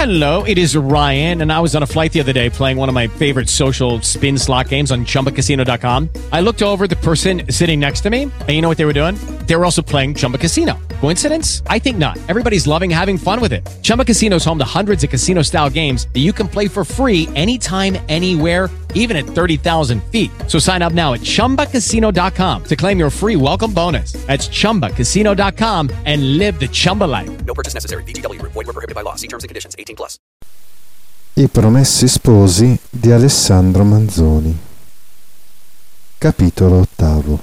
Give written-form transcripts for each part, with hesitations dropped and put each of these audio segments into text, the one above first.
Hello, it is Ryan, and I was on a flight the other day playing one of my favorite social spin slot games on ChumbaCasino.com. I looked over at the person sitting next to me, and you know what they were doing? They were also playing Chumba Casino. Coincidence? I think not. Everybody's loving having fun with it. Chumba Casino is home to hundreds of casino-style games that you can play for free anytime, anywhere, even at 30,000 feet. So sign up now at ChumbaCasino.com to claim your free welcome bonus. That's ChumbaCasino.com and live the Chumba life. No purchase necessary. VGW. Void where prohibited by law. See terms and conditions. 18+. I promessi sposi di Alessandro Manzoni. Capitolo 8.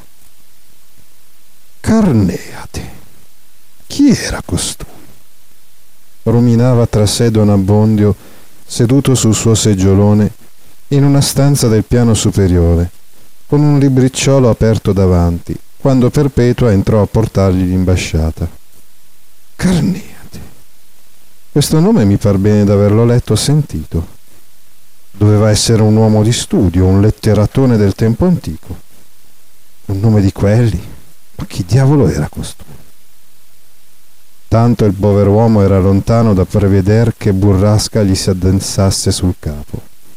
Carneade. Chi era costui? Ruminava tra sé don Abbondio, seduto sul suo seggiolone in una stanza del piano superiore, con un libricciolo aperto davanti, quando Perpetua entrò a portargli l'imbasciata. Carneade. Questo nome mi par bene d'averlo letto o sentito. Doveva essere un uomo di studio, un letteratone del tempo antico. Un nome di quelli? Ma chi diavolo era costui? Tanto il pover'uomo era lontano da preveder che burrasca gli si addensasse sul capo.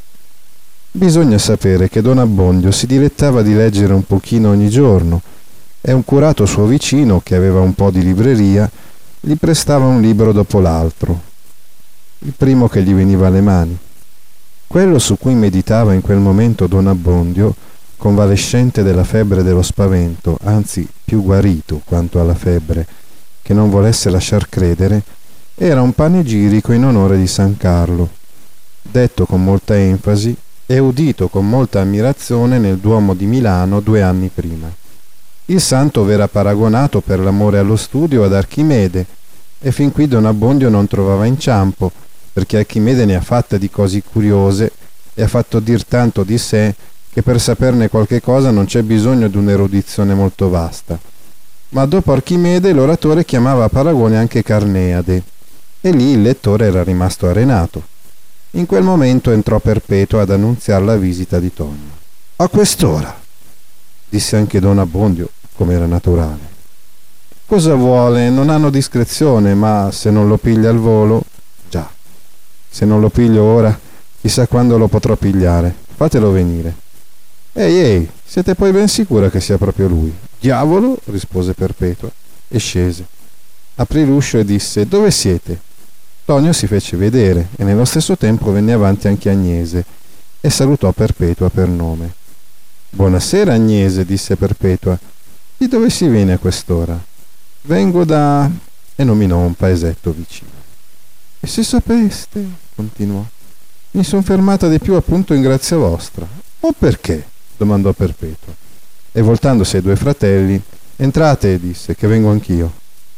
Bisogna sapere che don Abbondio si dilettava di leggere un pochino ogni giorno e un curato suo vicino, che aveva un po' di libreria, gli prestava un libro dopo l'altro, il primo che gli veniva alle mani. Quello su cui meditava in quel momento don Abbondio, convalescente della febbre dello spavento, anzi più guarito quanto alla febbre, che non volesse lasciar credere, era un panegirico in onore di San Carlo, detto con molta enfasi e udito con molta ammirazione nel Duomo di Milano 2 anni prima. Il santo v'era paragonato per l'amore allo studio ad Archimede, e fin qui don Abbondio non trovava inciampo, perché Archimede ne ha fatte di cose curiose e ha fatto dir tanto di sé che per saperne qualche cosa non c'è bisogno di un'erudizione molto vasta. Ma dopo Archimede l'oratore chiamava a paragone anche Carneade, e lì il lettore era rimasto arenato. In quel momento entrò Perpetua ad annunziar la visita di Tonio. «A quest'ora», disse anche don Abbondio, come era naturale. «Cosa vuole? Non hanno discrezione, ma se non lo piglia al volo...» «Già, se non lo piglio ora, chissà quando lo potrò pigliare. Fatelo venire». Ehi, siete poi ben sicura che sia proprio lui?» «Diavolo», rispose Perpetua, e scese. Aprì l'uscio e disse: «Dove siete?» Tonio si fece vedere, e nello stesso tempo venne avanti anche Agnese, e salutò Perpetua per nome. «Buonasera, Agnese», disse Perpetua. «Di dove si viene a quest'ora?» «Vengo da...» e nominò un paesetto vicino. «E se sapeste», continuò, «mi son fermata di più appunto in grazia vostra». «O perché?» domandò Perpetua. E voltandosi ai 2 fratelli: «Entrate», disse, «che vengo anch'io».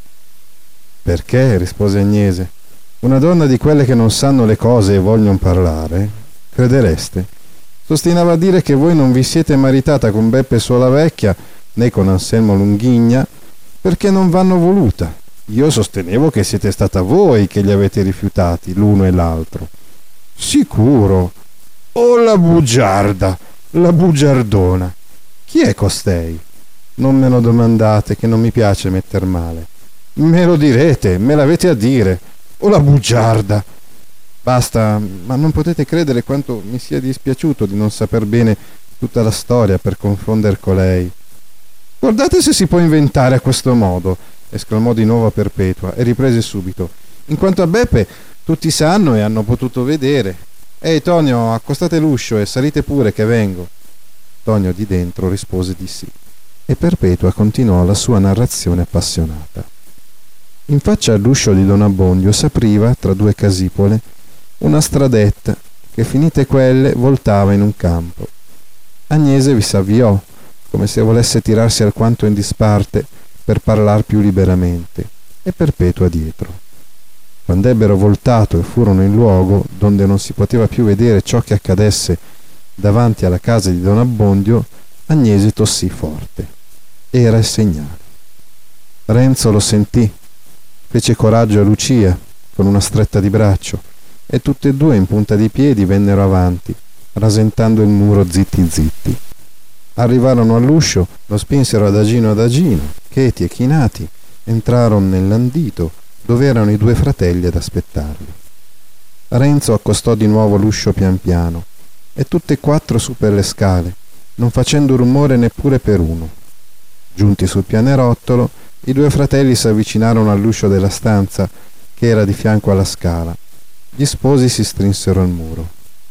«Perché?» rispose Agnese. «Una donna di quelle che non sanno le cose e vogliono parlare, credereste? S'ostinava a dire che voi non vi siete maritata con Beppe Solavecchia né con Anselmo Lunghigna perché non v'hanno voluta. Io sostenevo che siete stata voi che li avete rifiutati, l'uno e l'altro». «Sicuro? Oh, la bugiarda, la bugiardona! Chi è costei?» «Non me lo domandate, che non mi piace metter male». «Me lo direte, me l'avete a dire. Oh, la bugiarda!» «Basta, ma non potete credere quanto mi sia dispiaciuto di non saper bene tutta la storia per confonder colei». «Guardate se si può inventare a questo modo», esclamò di nuovo Perpetua, e riprese subito: «In quanto a Beppe, tutti sanno e hanno potuto vedere. Ehi, Tonio, accostate l'uscio e salite pure che vengo». Tonio di dentro rispose di sì, e Perpetua continuò la sua narrazione appassionata. In faccia all'uscio di don Abbondio s'apriva, tra 2 casipole, una stradetta che, finite quelle, voltava in un campo. Agnese vi s'avviò, come se volesse tirarsi alquanto in disparte per parlar più liberamente, e Perpetua dietro. Quando ebbero voltato e furono in luogo donde non si poteva più vedere ciò che accadesse davanti alla casa di don Abbondio, Agnese tossì forte. Era il segnale. Renzo lo sentì, fece coraggio a Lucia con una stretta di braccio, e tutte e 2 in punta di piedi vennero avanti, rasentando il muro zitti zitti. Arrivarono all'uscio, lo spinsero adagino cheti e chinati, entrarono nell'andito dove erano i 2 fratelli ad aspettarli. Renzo accostò di nuovo l'uscio pian piano e tutte e quattro su per le scale, non facendo rumore neppure per uno. Giunti sul pianerottolo, i due fratelli s'avvicinarono all'uscio della stanza che era di fianco alla scala. Gli sposi si strinsero al muro.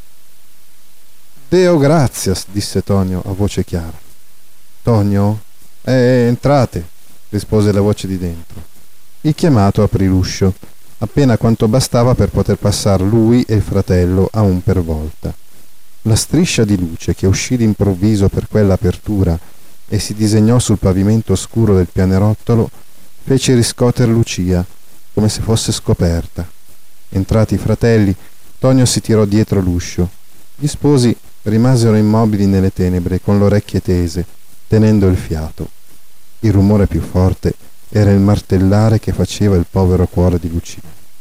«Deo gratias», disse Tonio a voce chiara. «Tonio? Entrate», rispose la voce di dentro. Il chiamato aprì l'uscio, appena quanto bastava per poter passar lui e il fratello a un per volta. La striscia di luce che uscì d'improvviso per quell'apertura e si disegnò sul pavimento scuro del pianerottolo fece riscoter Lucia come se fosse scoperta. Entrati i fratelli, Tonio si tirò dietro l'uscio. Gli sposi rimasero immobili nelle tenebre con le orecchie tese, tenendo il fiato. Il rumore più forte era il martellare che faceva il povero cuore di Lucia.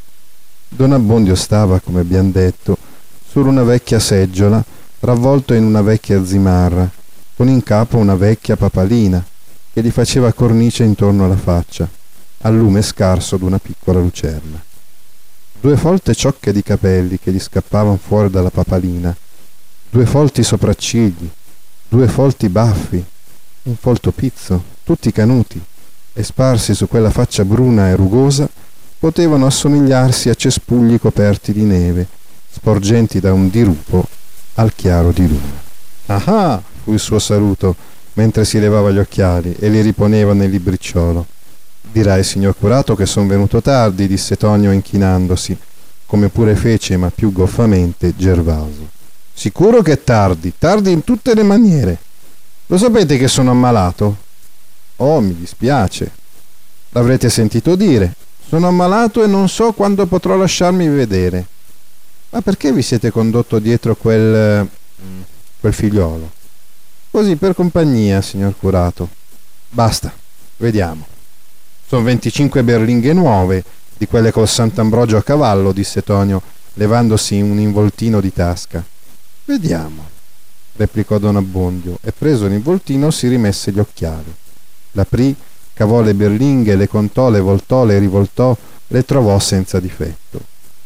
Don Abbondio stava, come abbiam detto, su una vecchia seggiola, ravvolto in una vecchia zimarra, con in capo una vecchia papalina che gli faceva cornice intorno alla faccia, al lume scarso d'una piccola lucerna. Due folte ciocche di capelli che gli scappavano fuori dalla papalina, due folti sopraccigli, due folti baffi, un folto pizzo, tutti canuti, e sparsi su quella faccia bruna e rugosa, potevano assomigliarsi a cespugli coperti di neve, sporgenti da un dirupo al chiaro di luna. «Ah!» fu il suo saluto, mentre si levava gli occhiali e li riponeva nel libricciolo. «Dirai, signor curato, che son venuto tardi», disse Tonio inchinandosi, come pure fece, ma più goffamente, Gervaso. «Sicuro che è tardi in tutte le maniere. Lo sapete che sono ammalato?» «Oh, mi dispiace. L'avrete sentito dire. Sono ammalato e non so quando potrò lasciarmi vedere. Ma perché vi siete condotto dietro quel figliolo?» «Così, per compagnia, signor curato». «Basta, vediamo. Sono 25 berlinghe nuove, di quelle col Sant'Ambrogio a cavallo», disse Tonio, levandosi un involtino di tasca. «Vediamo», replicò Don Abbondio, e preso l'involtino si rimesse gli occhiali. L'aprì, cavò le berlinghe, le contò, le voltò, le rivoltò, le trovò senza difetto.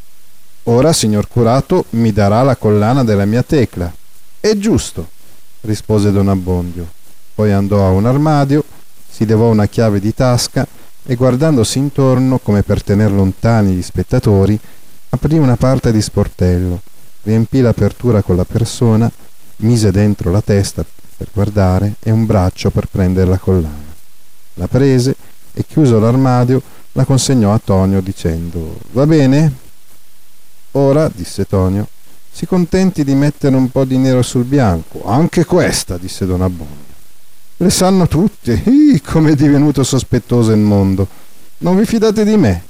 «Ora, signor curato, mi darà la collana della mia Tecla». «È giusto», rispose Don Abbondio. Poi andò a un armadio, si levò una chiave di tasca e, guardandosi intorno come per tener lontani gli spettatori, aprì una parte di sportello, riempì l'apertura con la persona, mise dentro la testa per guardare e un braccio per prendere la collana. La prese e, chiuso l'armadio, la consegnò a Tonio dicendo: «Va bene?» «Ora», disse Tonio, «si contenti di mettere un po' di nero sul bianco». «Anche questa», disse Don Abbondio. «Le sanno tutte. Come è divenuto sospettoso il mondo. Non vi fidate di me?»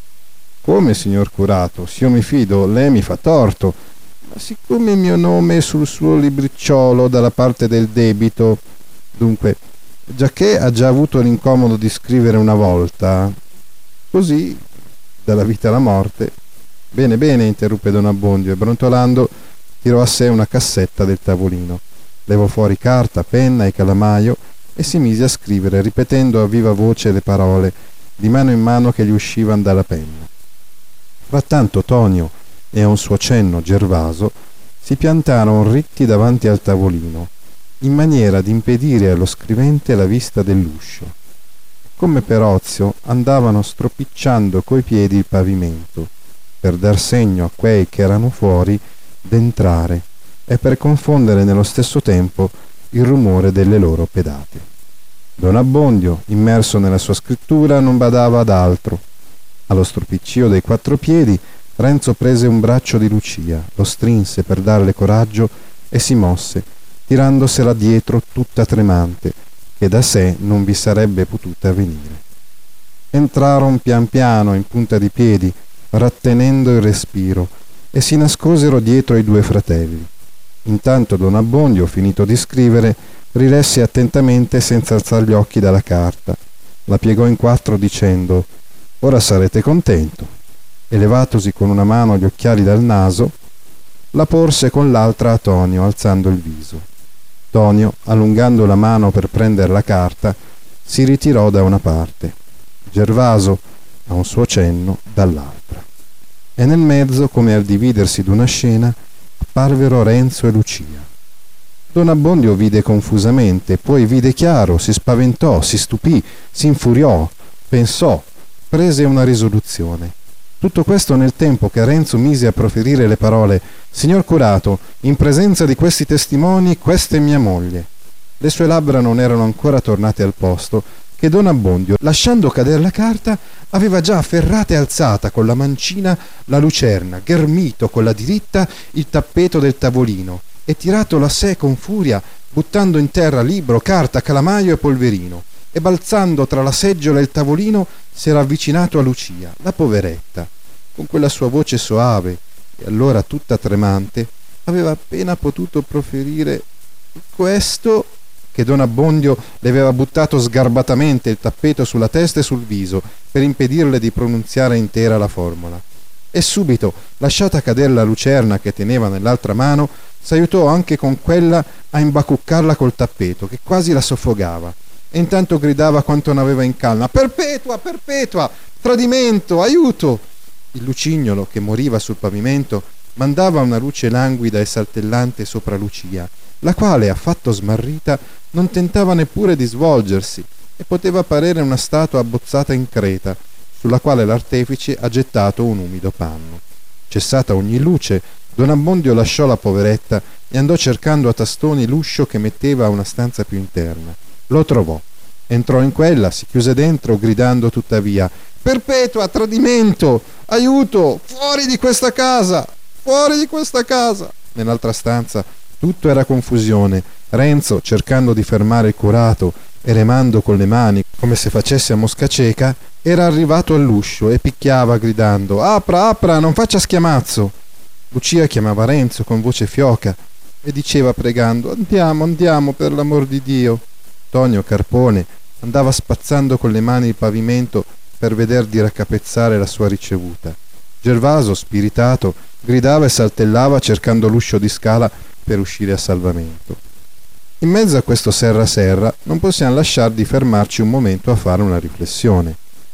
«Come, signor curato? Se io mi fido, lei mi fa torto. Ma siccome il mio nome è sul suo libricciolo dalla parte del debito, dunque, giacché ha già avuto l'incomodo di scrivere una volta, così, dalla vita alla morte». «Bene, bene», interruppe Don Abbondio, e brontolando tirò a sé una cassetta del tavolino, levò fuori carta, penna e calamaio e si mise a scrivere, ripetendo a viva voce le parole di mano in mano che gli uscivan dalla penna. Frattanto Tonio e a un suo cenno Gervaso si piantarono ritti davanti al tavolino, in maniera di impedire allo scrivente la vista dell'uscio. Come per ozio andavano stropicciando coi piedi il pavimento, per dar segno a quei che erano fuori d'entrare e per confondere nello stesso tempo il rumore delle loro pedate. Don Abbondio, immerso nella sua scrittura, non badava ad altro. Allo stropiccio dei quattro piedi Renzo prese un braccio di Lucia, lo strinse per darle coraggio e si mosse, tirandosela dietro tutta tremante, che da sé non vi sarebbe potuta venire. Entrarono pian piano in punta di piedi, rattenendo il respiro, e si nascosero dietro i due fratelli. Intanto Don Abbondio, finito di scrivere, rilesse attentamente senza alzar gli occhi dalla carta. La piegò in quattro dicendo: «Ora sarete contento», e levatosi con una mano gli occhiali dal naso, la porse con l'altra a Tonio, alzando il viso. Tonio, allungando la mano per prendere la carta, si ritirò da una parte. Gervaso, a un suo cenno, dall'altra. e nel mezzo, come al dividersi d'una scena, apparvero Renzo e Lucia. Don Abbondio vide confusamente, poi vide chiaro, si spaventò, si stupì, si infuriò, pensò, prese una risoluzione. Tutto questo nel tempo che Renzo mise a proferire le parole: «Signor curato, in presenza di questi testimoni, questa è mia moglie». Le sue labbra non erano ancora tornate al posto che Don Abbondio, lasciando cadere la carta, aveva già afferrata e alzata con la mancina la lucerna, ghermito con la diritta il tappeto del tavolino e tiratolo a sé con furia, buttando in terra libro, carta, calamaio e polverino, e balzando tra la seggiola e il tavolino s'era avvicinato a Lucia, la poveretta, con quella sua voce soave e allora tutta tremante, aveva appena potuto proferire questo, che Don Abbondio le aveva buttato sgarbatamente il tappeto sulla testa e sul viso per impedirle di pronunziare intera la formula. E subito, lasciata cadere la lucerna che teneva nell'altra mano, s'aiutò anche con quella a imbacuccarla col tappeto, che quasi la soffocava, e intanto gridava quanto ne aveva in calma: «Perpetua, perpetua, tradimento, aiuto!» Il lucignolo, che moriva sul pavimento, mandava una luce languida e saltellante sopra Lucia, la quale, affatto smarrita, non tentava neppure di svolgersi e poteva parere una statua abbozzata in creta, sulla quale l'artefice ha gettato un umido panno. Cessata ogni luce, Don Abbondio lasciò la poveretta e andò cercando a tastoni l'uscio che metteva a una stanza più interna. Lo trovò. Entrò in quella, si chiuse dentro, gridando tuttavia: «Perpetua, tradimento! Aiuto! Fuori di questa casa! Fuori di questa casa!» Nell'altra stanza tutto era confusione. Renzo, cercando di fermare il curato e remando con le mani come se facesse a mosca cieca, era arrivato all'uscio e picchiava gridando: «Apra, apra, non faccia schiamazzo!» Lucia chiamava Renzo con voce fioca e diceva pregando: «Andiamo, andiamo, per l'amor di Dio!» Tonio Carpone andava spazzando con le mani il pavimento per veder di raccapezzare la sua ricevuta. Gervaso, spiritato, gridava e saltellava cercando l'uscio di scala per uscire a salvamento. In mezzo a questo serra serra non possiamo lasciar di fermarci un momento a fare una riflessione.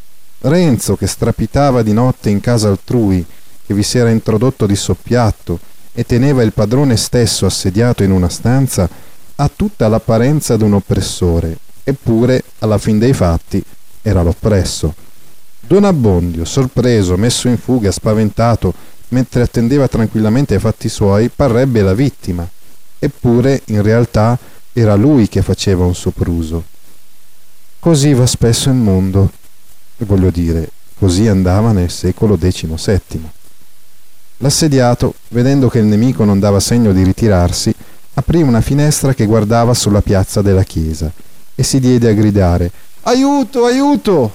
Renzo, che strapitava di notte in casa altrui, che vi si era introdotto di soppiatto e teneva il padrone stesso assediato in una stanza, ha tutta l'apparenza d'un oppressore, eppure, alla fin dei fatti, era l'oppresso. Don Abbondio, sorpreso, messo in fuga, spaventato, mentre attendeva tranquillamente ai fatti suoi, parrebbe la vittima, eppure, in realtà, era lui che faceva un sopruso. Così va spesso il mondo, e voglio dire, così andava nel secolo XVII. L'assediato, vedendo che il nemico non dava segno di ritirarsi, aprì una finestra che guardava sulla piazza della chiesa e si diede a gridare: «Aiuto, aiuto!»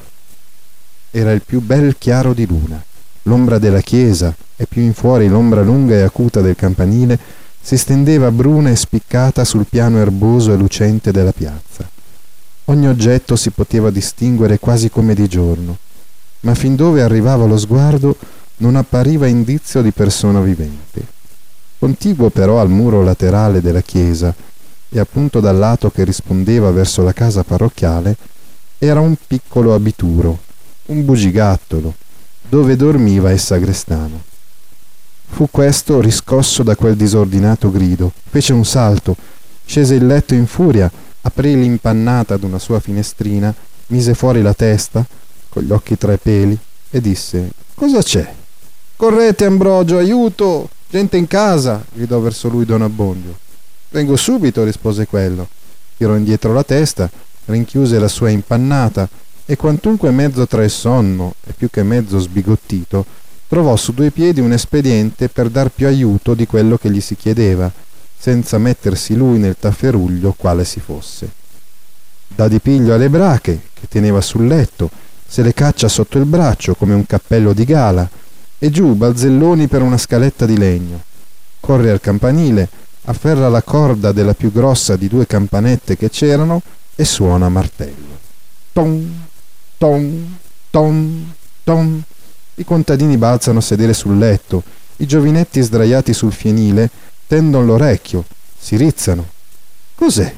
Era il più bel chiaro di luna. L'ombra della chiesa e più in fuori l'ombra lunga e acuta del campanile si stendeva bruna e spiccata sul piano erboso e lucente della piazza. Ogni oggetto si poteva distinguere quasi come di giorno, ma fin dove arrivava lo sguardo non appariva indizio di persona vivente. Contiguo però al muro laterale della chiesa e appunto dal lato che rispondeva verso la casa parrocchiale era un piccolo abituro, un bugigattolo, dove dormiva il sagrestano. Fu questo riscosso da quel disordinato grido, fece un salto, scese il letto in furia, aprì l'impannata d'una sua finestrina, mise fuori la testa, con gli occhi tra i peli, e disse: «Cosa c'è?» «Correte, Ambrogio, aiuto! Gente in casa!» gridò verso lui Don Abbondio. «Vengo subito», rispose quello. Tirò indietro la testa, rinchiuse la sua impannata e quantunque mezzo tra il sonno e più che mezzo sbigottito, trovò su due piedi un espediente per dar più aiuto di quello che gli si chiedeva, senza mettersi lui nel tafferuglio quale si fosse. Dà di piglio alle brache, che teneva sul letto, se le caccia sotto il braccio come un cappello di gala, e giù balzelloni per una scaletta di legno. Corre al campanile, afferra la corda della più grossa di due campanette che c'erano e suona a martello. Tom, tom, tom, tom. I contadini balzano a sedere sul letto, i giovinetti sdraiati sul fienile tendono l'orecchio, si rizzano. Cos'è?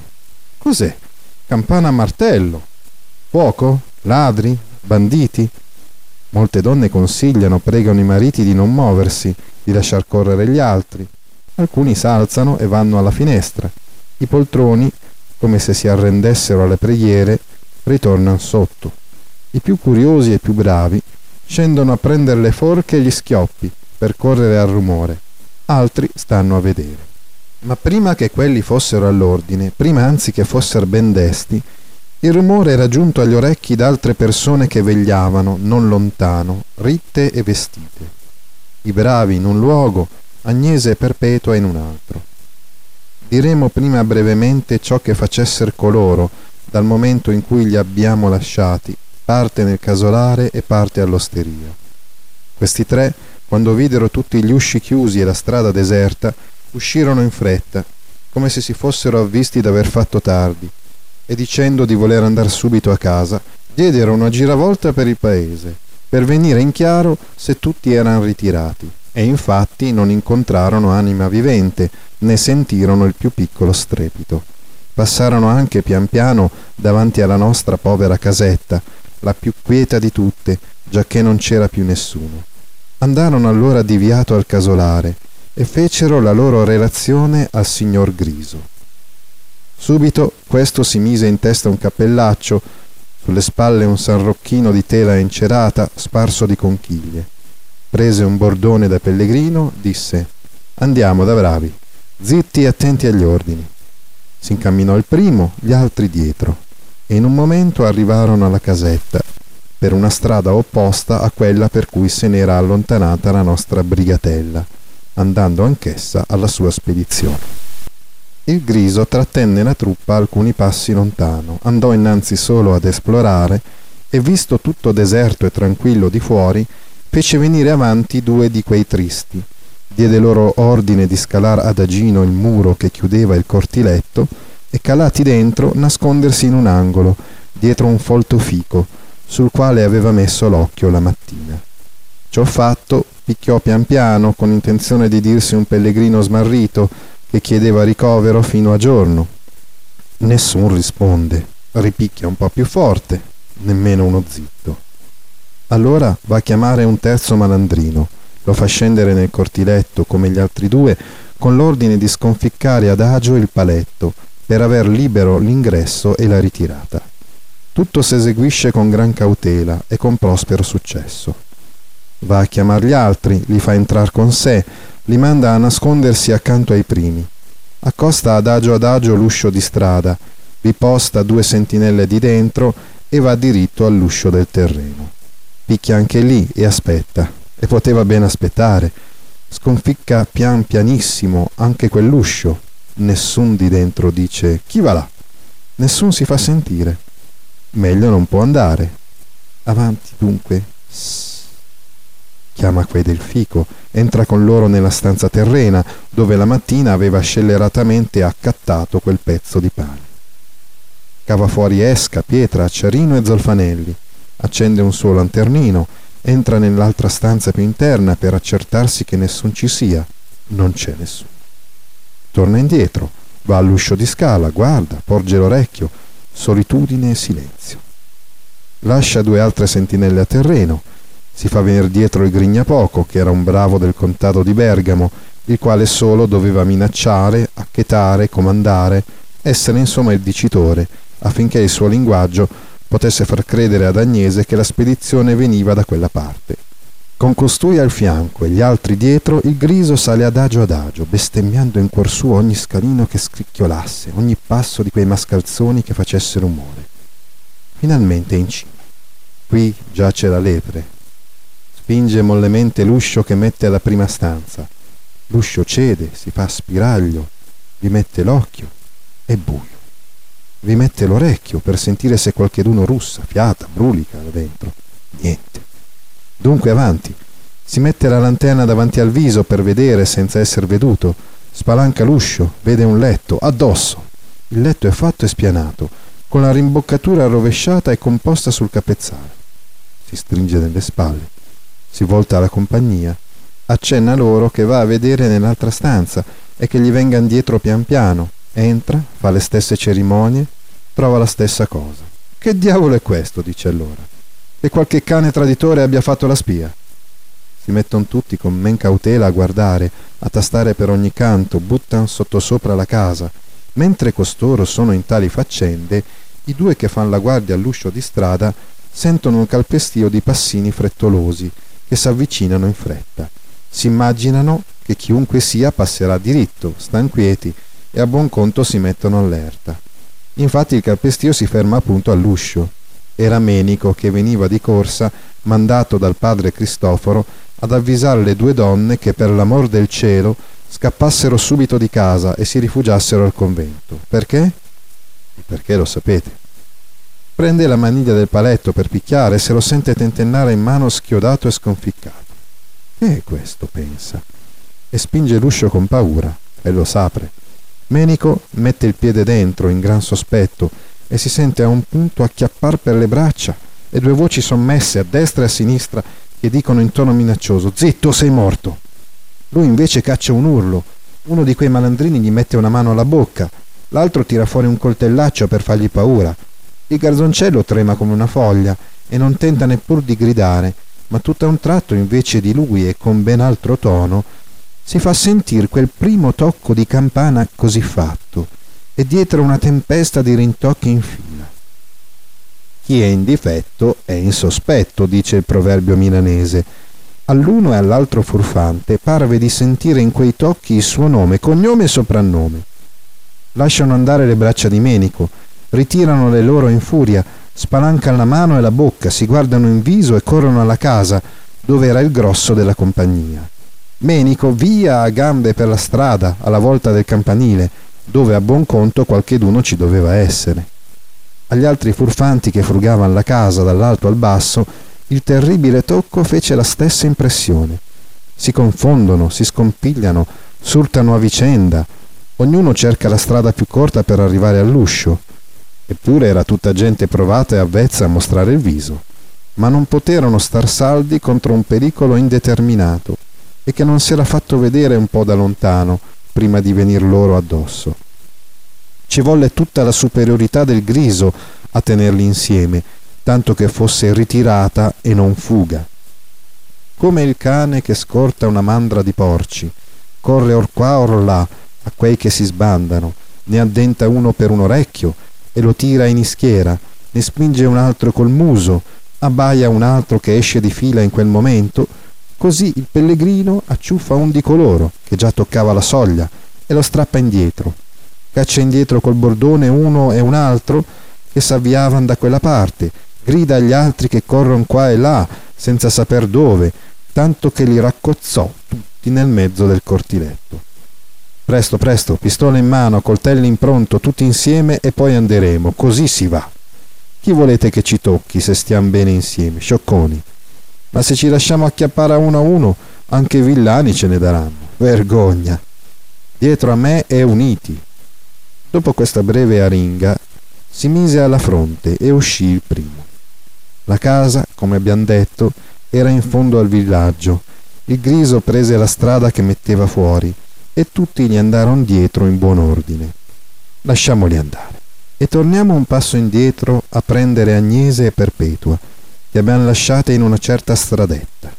Cos'è? Campana a martello. Fuoco? Ladri? Banditi? Molte donne consigliano, pregano i mariti di non muoversi, di lasciar correre gli altri. Alcuni s'alzano e vanno alla finestra. I poltroni, come se si arrendessero alle preghiere, ritornano sotto. I più curiosi e più bravi scendono a prendere le forche e gli schioppi per correre al rumore. Altri stanno a vedere. Ma prima che quelli fossero all'ordine, prima anzi che fossero ben desti, il rumore era giunto agli orecchi d'altre persone che vegliavano, non lontano, ritte e vestite. I bravi in un luogo, Agnese e Perpetua in un altro. Diremo prima brevemente ciò che facesser coloro, dal momento in cui li abbiamo lasciati, parte nel casolare e parte all'osteria. Questi tre, quando videro tutti gli usci chiusi e la strada deserta, uscirono in fretta, come se si fossero avvisti d'aver fatto tardi, e dicendo di voler andar subito a casa, diedero una giravolta per il paese, per venire in chiaro se tutti eran ritirati, e infatti non incontrarono anima vivente, né sentirono il più piccolo strepito. Passarono anche pian piano davanti alla nostra povera casetta, la più quieta di tutte, giacché non c'era più nessuno. Andarono allora di viato al casolare e fecero la loro relazione al signor Griso. Subito questo si mise in testa un cappellaccio, sulle spalle un sanrocchino di tela encerata sparso di conchiglie. Prese un bordone da pellegrino, disse: «Andiamo da bravi, zitti e attenti agli ordini». Si incamminò il primo, gli altri dietro, e in un momento arrivarono alla casetta, per una strada opposta a quella per cui se n'era allontanata la nostra brigatella, andando anch'essa alla sua spedizione. Il Griso trattenne la truppa alcuni passi lontano, andò innanzi solo ad esplorare e, visto tutto deserto e tranquillo di fuori, fece venire avanti due di quei tristi, diede loro ordine di scalar adagino il muro che chiudeva il cortiletto e, calati dentro, nascondersi in un angolo, dietro un folto fico, sul quale aveva messo l'occhio la mattina. Ciò fatto, picchiò pian piano, con intenzione di dirsi un pellegrino smarrito che chiedeva ricovero fino a giorno. Nessun risponde, ripicchia un po' più forte, nemmeno uno zitto. Allora va a chiamare un terzo malandrino, lo fa scendere nel cortiletto come gli altri due, con l'ordine di sconficcare adagio il paletto, per aver libero l'ingresso e la ritirata. Tutto s'eseguisce con gran cautela e con prospero successo. Va a chiamar gli altri, li fa entrar con sé, li manda a nascondersi accanto ai primi. Accosta adagio l'uscio di strada, vi posta 2 sentinelle di dentro e va diritto all'uscio del terreno. Picchia anche lì e aspetta, e poteva ben aspettare. Sconficca pian pianissimo anche quell'uscio. Nessun di dentro dice: «Chi va là?» Nessun si fa sentire. Meglio non può andare. Avanti dunque. Chiama quei del fico, entra con loro nella stanza terrena, dove la mattina aveva scelleratamente accattato quel pezzo di pane. Cava fuori esca, pietra, acciarino e zolfanelli, accende un suo lanternino, entra nell'altra stanza più interna per accertarsi che nessun ci sia. Non c'è nessuno. Torna indietro, va all'uscio di scala, guarda, porge l'orecchio, solitudine e silenzio. Lascia 2 altre sentinelle a terreno, si fa venir dietro il Grignapoco, che era un bravo del contado di Bergamo, il quale solo doveva minacciare, acchetare, comandare, essere insomma il dicitore, affinché il suo linguaggio potesse far credere ad Agnese che la spedizione veniva da quella parte. Con costui al fianco e gli altri dietro, il Griso sale adagio, bestemmiando in cuor suo ogni scalino che scricchiolasse, ogni passo di quei mascalzoni che facesse rumore. Finalmente è in cima. Qui giace la lepre. Spinge mollemente l'uscio che mette alla prima stanza. L'uscio cede, si fa spiraglio, vi mette l'occhio, è buio. Vi mette l'orecchio per sentire se qualcheduno russa, fiata, brulica là dentro. Niente. Dunque avanti. Si mette la lanterna davanti al viso per vedere senza essere veduto. Spalanca l'uscio, vede un letto, addosso. Il letto è fatto e spianato, con la rimboccatura rovesciata e composta sul capezzale. Si stringe nelle spalle. Si volta alla compagnia, accenna loro che va a vedere nell'altra stanza e che gli vengan dietro pian piano. Entra, fa le stesse cerimonie, trova la stessa cosa. «Che diavolo è questo?» dice allora. che qualche cane traditore abbia fatto la spia. Si metton tutti con men cautela a guardare, a tastare per ogni canto, buttan sottosopra la casa. Mentre costoro sono in tali faccende, i due che fan la guardia all'uscio di strada sentono un calpestio di passini frettolosi che s'avvicinano in fretta. Si immaginano che chiunque sia passerà diritto, stan quieti e a buon conto si mettono allerta. Infatti il calpestio si ferma appunto all'uscio. Era Menico che veniva di corsa, mandato dal padre Cristoforo ad avvisare le due donne che per l'amor del cielo scappassero subito di casa e si rifugiassero al convento. Perché? Il perché lo sapete. Prende la maniglia del paletto per picchiare e se lo sente tentennare in mano schiodato e sconficcato. Che è questo? Pensa. E spinge l'uscio con paura e lo s'apre. Menico mette il piede dentro in gran sospetto e si sente a un punto acchiappar per le braccia e due voci sommesse a destra e a sinistra che dicono in tono minaccioso: «Zitto, sei morto!» Lui invece caccia un urlo. Uno di quei malandrini gli mette una mano alla bocca, l'altro tira fuori un coltellaccio per fargli paura. Il garzoncello trema come una foglia e non tenta neppur di gridare, ma tutto a un tratto, invece di lui e con ben altro tono, si fa sentir quel primo tocco di campana così fatto, e dietro una tempesta di rintocchi in fila. Chi è in difetto è in sospetto, dice il proverbio milanese. All'uno e all'altro furfante parve di sentire in quei tocchi il suo nome, cognome e soprannome. Lasciano andare le braccia di Menico, ritirano le loro in furia, spalancano la mano e la bocca, si guardano in viso e corrono alla casa, dove era il grosso della compagnia. Menico via a gambe per la strada, alla volta del campanile, dove a buon conto qualcheduno ci doveva essere. Agli altri furfanti che frugavano la casa dall'alto al basso, il terribile tocco fece la stessa impressione. Si confondono, si scompigliano, s'urtano a vicenda. Ognuno cerca la strada più corta per arrivare all'uscio. Eppure era tutta gente provata e avvezza a mostrare il viso. Ma non poterono star saldi contro un pericolo indeterminato e che non si era fatto vedere un po' da lontano prima di venir loro addosso. Ci volle tutta la superiorità del griso a tenerli insieme, tanto che fosse ritirata e non fuga. Come il cane che scorta una mandra di porci, corre or qua or là a quei che si sbandano, ne addenta uno per un orecchio e lo tira in ischiera, ne spinge un altro col muso, abbaia un altro che esce di fila in quel momento. Così il pellegrino acciuffa un di coloro che già toccava la soglia e lo strappa indietro. Caccia indietro col bordone uno e un altro che s'avviavan da quella parte, grida agli altri che corrono qua e là senza saper dove, tanto che li raccozzò tutti nel mezzo del cortiletto. Presto, presto, pistola in mano, coltelli in pronto, tutti insieme e poi anderemo, così si va. Chi volete che ci tocchi se stiamo bene insieme, sciocconi? Ma se ci lasciamo acchiappare a uno, anche villani ce ne daranno. Vergogna! Dietro a me è uniti. Dopo questa breve aringa si mise alla fronte e uscì il primo. La casa, come abbiamo detto, era in fondo al villaggio. Il griso prese la strada che metteva fuori e tutti gli andarono dietro in buon ordine. Lasciamoli andare e torniamo un passo indietro a prendere Agnese e Perpetua, che abbiamo lasciate in una certa stradetta.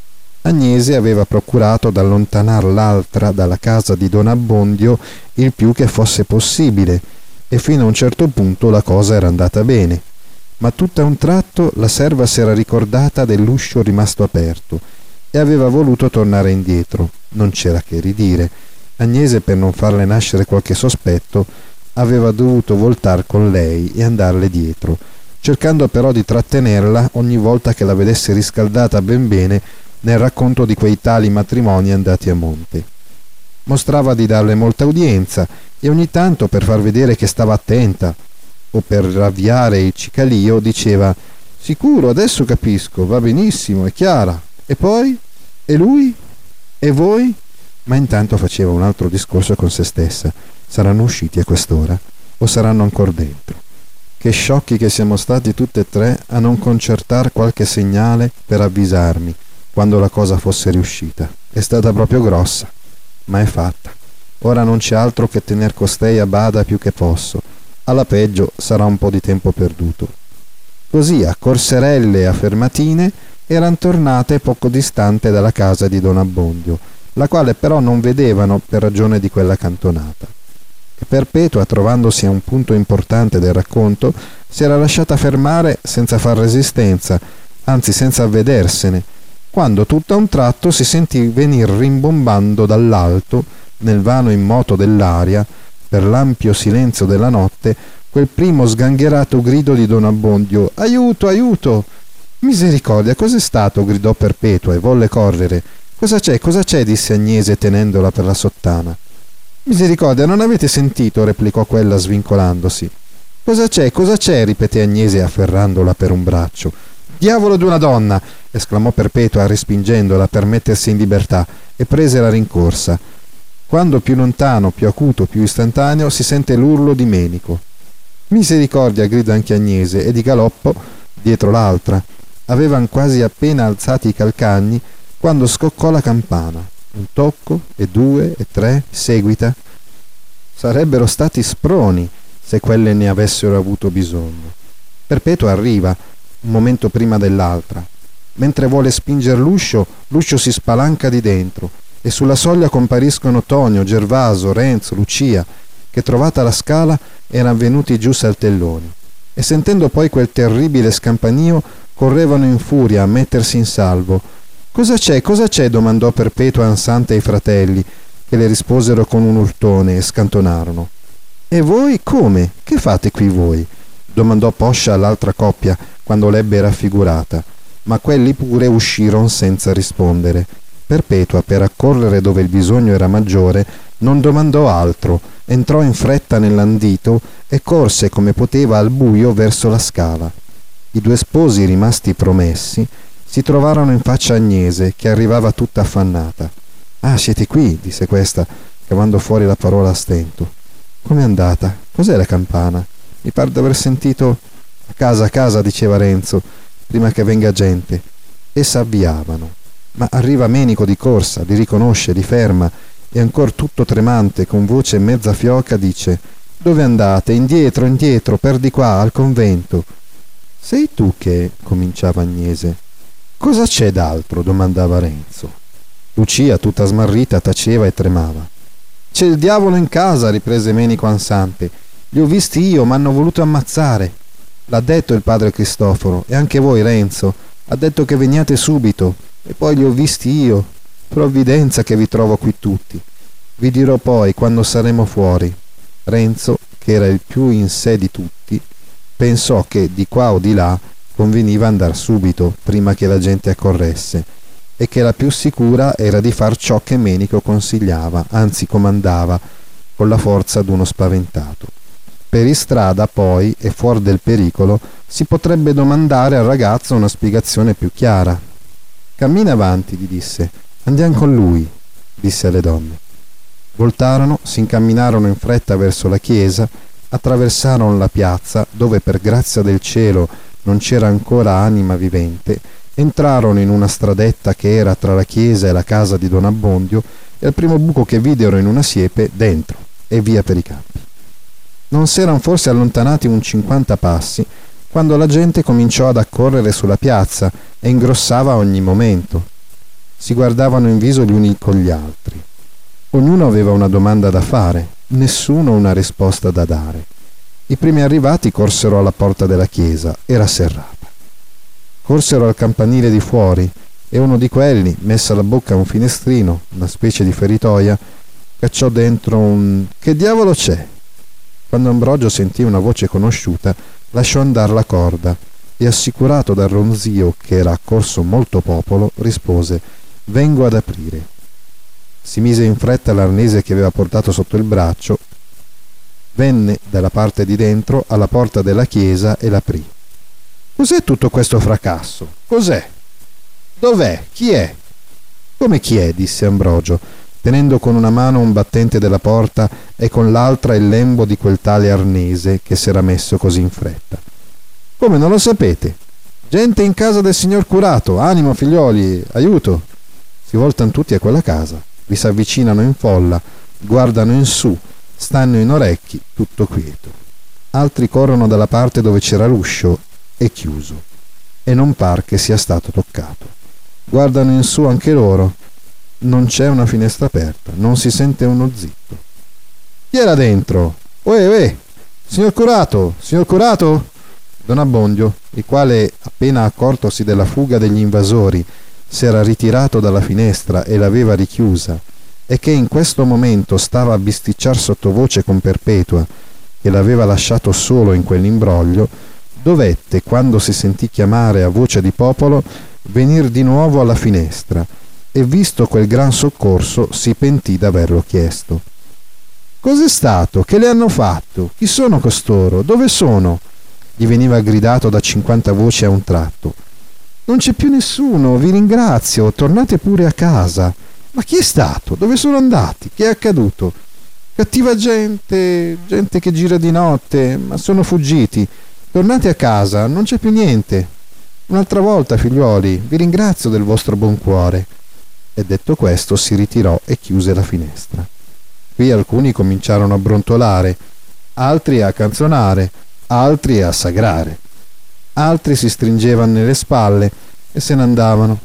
Agnese aveva procurato d'allontanar l'altra dalla casa di Don Abbondio il più che fosse possibile, e fino a un certo punto la cosa era andata bene, ma tutt'a un tratto la serva s'era ricordata dell'uscio rimasto aperto e aveva voluto tornare indietro. Non c'era che ridire. Agnese, per non farle nascere qualche sospetto, aveva dovuto voltar con lei e andarle dietro, cercando però di trattenerla ogni volta che la vedesse riscaldata ben bene nel racconto di quei tali matrimoni andati a monte. Mostrava di darle molta udienza e ogni tanto, per far vedere che stava attenta o per ravviare il cicalio, diceva: «Sicuro, adesso capisco, va benissimo, è chiara. E poi? E lui? E voi?» Ma intanto faceva un altro discorso con se stessa. Saranno usciti a quest'ora o saranno ancora dentro? Che sciocchi che siamo stati tutte e tre a non concertar qualche segnale per avvisarmi quando la cosa fosse riuscita. È stata proprio grossa, ma è fatta. Ora non c'è altro che tener costei a bada più che posso. Alla peggio sarà un po' di tempo perduto. Così, a corserelle e a fermatine, eran tornate poco distante dalla casa di don Abbondio, la quale però non vedevano per ragione di quella cantonata. E Perpetua, trovandosi a un punto importante del racconto, si era lasciata fermare senza far resistenza, anzi senza avvedersene, quando tutto a un tratto si sentì venir rimbombando dall'alto, nel vano immoto dell'aria, per l'ampio silenzio della notte, quel primo sgangherato grido di don Abbondio: «Aiuto, aiuto!» «Misericordia, cos'è stato?» gridò Perpetua e volle correre. Cosa c'è?» disse Agnese tenendola per la sottana. «Misericordia, non avete sentito?» replicò quella svincolandosi. Cosa c'è?» ripeté Agnese afferrandola per un braccio. «Diavolo d'una donna!» esclamò Perpetua respingendola per mettersi in libertà, e prese la rincorsa. Quando più lontano, più acuto, più istantaneo, si sente l'urlo di Menico. «Misericordia!» grida anche Agnese, e di galoppo dietro l'altra. Avevan quasi appena alzati i calcagni quando scoccò la campana. Un tocco, e due, e tre, seguita. Sarebbero stati sproni se quelle ne avessero avuto bisogno. Perpetua arriva un momento prima dell'altra. Mentre vuole spinger l'uscio si spalanca di dentro e sulla soglia compariscono Tonio, Gervaso, Renzo, Lucia, che trovata la scala eran venuti giù saltelloni, e sentendo poi quel terribile scampanio correvano in furia a mettersi in salvo. Cosa c'è?» domandò Perpetua ansante ai fratelli, che le risposero con un urtone e scantonarono. «E voi come? Che fate qui voi?» domandò Poscia all'altra coppia quando l'ebbe raffigurata, ma quelli pure uscirono senza rispondere. Perpetua, per accorrere dove il bisogno era maggiore, non domandò altro, entrò in fretta nell'andito e corse come poteva al buio verso la scala. I due sposi, rimasti promessi, si trovarono in faccia Agnese, che arrivava tutta affannata. «Ah, siete qui?» disse questa, cavando fuori la parola a stento. «Com'è andata? Cos'è la campana? Mi par d'aver sentito...» a casa», diceva Renzo, «prima che venga gente». E s'avviavano. Ma arriva Menico di corsa, li riconosce, li ferma, e ancor tutto tremante, con voce mezza fioca, dice: «Dove andate? Indietro, per di qua, al convento». «Sei tu che...» cominciava Agnese. «Cosa c'è d'altro?» domandava Renzo. Lucia, tutta smarrita, taceva e tremava. «C'è il diavolo in casa», riprese Menico ansante. «Li ho visti io, m'hanno voluto ammazzare. L'ha detto il padre Cristoforo, e anche voi, Renzo. Ha detto che veniate subito, e poi li ho visti io. Provvidenza che vi trovo qui tutti. Vi dirò poi quando saremo fuori». Renzo, che era il più in sé di tutti, pensò che di qua o di là conveniva andar subito, prima che la gente accorresse, e che la più sicura era di far ciò che Menico consigliava, anzi comandava, con la forza d'uno spaventato. Per istrada poi, e fuori del pericolo, si potrebbe domandare al ragazzo una spiegazione più chiara. «Cammina avanti», gli disse. «Andiamo con lui», disse alle donne. Voltarono, si incamminarono in fretta verso la chiesa, attraversarono la piazza, dove per grazia del cielo non c'era ancora anima vivente, entrarono in una stradetta che era tra la chiesa e la casa di don Abbondio, e al primo buco che videro in una siepe, dentro, e via per i campi. Non s'eran forse allontanati un 50 passi, quando la gente cominciò ad accorrere sulla piazza e ingrossava ogni momento. Si guardavano in viso gli uni con gli altri. Ognuno aveva una domanda da fare, nessuno una risposta da dare. I primi arrivati corsero alla porta della chiesa, era serrata. Corsero al campanile di fuori, e uno di quelli, messa la bocca a un finestrino, una specie di feritoia, cacciò dentro un «Che diavolo c'è?». Quando Ambrogio sentì una voce conosciuta, lasciò andar la corda e, assicurato dal ronzio che era accorso molto popolo, rispose: «Vengo ad aprire». Si mise in fretta l'arnese che aveva portato sotto il braccio, venne dalla parte di dentro alla porta della chiesa e l'aprì. «Cos'è tutto questo fracasso? Cos'è? Dov'è? Chi è?» «Come chi è?» disse Ambrogio, tenendo con una mano un battente della porta e con l'altra il lembo di quel tale arnese che s'era messo così in fretta. «Come, non lo sapete? Gente in casa del signor curato, animo figlioli, aiuto!» Si voltano tutti a quella casa, vi s'avvicinano in folla, guardano in su, stanno in orecchi, tutto quieto. Altri corrono dalla parte dove c'era l'uscio è chiuso e non par che sia stato toccato. Guardano in su anche loro. Non c'è una finestra aperta, non si sente uno zitto. Chi era dentro? Uè, signor curato, signor curato? Don Abbondio, il quale, appena accortosi della fuga degli invasori, s'era ritirato dalla finestra e l'aveva richiusa, e che in questo momento stava a bisticciar sottovoce con Perpetua, che l'aveva lasciato solo in quell'imbroglio, dovette, quando si sentì chiamare a voce di popolo, venir di nuovo alla finestra, e visto quel gran soccorso si pentì d'averlo chiesto. «Cos'è stato? Che le hanno fatto? Chi sono costoro? Dove sono?» Gli veniva gridato da 50 voci a un tratto. «Non c'è più nessuno, vi ringrazio, tornate pure a casa». «Ma chi è stato? Dove sono andati? Che è accaduto?» «Cattiva gente che gira di notte, ma sono fuggiti. Tornate a casa, non c'è più niente. Un'altra volta, figliuoli, vi ringrazio del vostro buon cuore». E detto questo si ritirò e chiuse la finestra. Qui alcuni cominciarono a brontolare, altri a canzonare, altri a sagrare, altri si stringevano nelle spalle e se ne andavano.